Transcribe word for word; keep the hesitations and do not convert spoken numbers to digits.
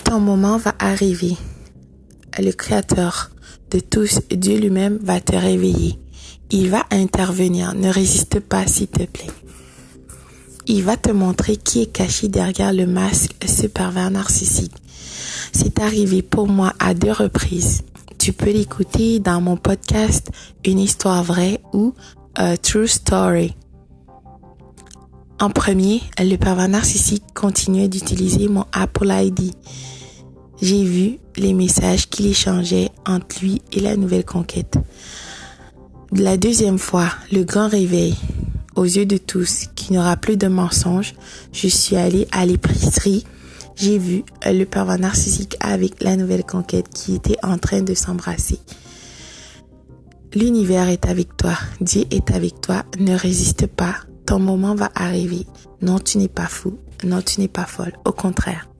Ton moment va arriver. Le Créateur de tous, Dieu lui-même, va te réveiller. Il va intervenir. Ne résiste pas, s'il te plaît. Il va te montrer qui est caché derrière le masque, ce pervers narcissique. C'est arrivé pour moi à deux reprises. Tu peux l'écouter dans mon podcast Une histoire vraie ou A True Story. En premier, le pervers narcissique continuait d'utiliser mon Apple I D. J'ai vu les messages qu'il échangeait entre lui et la nouvelle conquête. La deuxième fois, le grand réveil, aux yeux de tous, qu'il n'y aura plus de mensonges, je suis allée à l'épicerie. J'ai vu le pervers narcissique avec la nouvelle conquête qui était en train de s'embrasser. L'univers est avec toi, Dieu est avec toi, ne résiste pas, ton moment va arriver. Non, tu n'es pas fou, non, tu n'es pas folle, au contraire.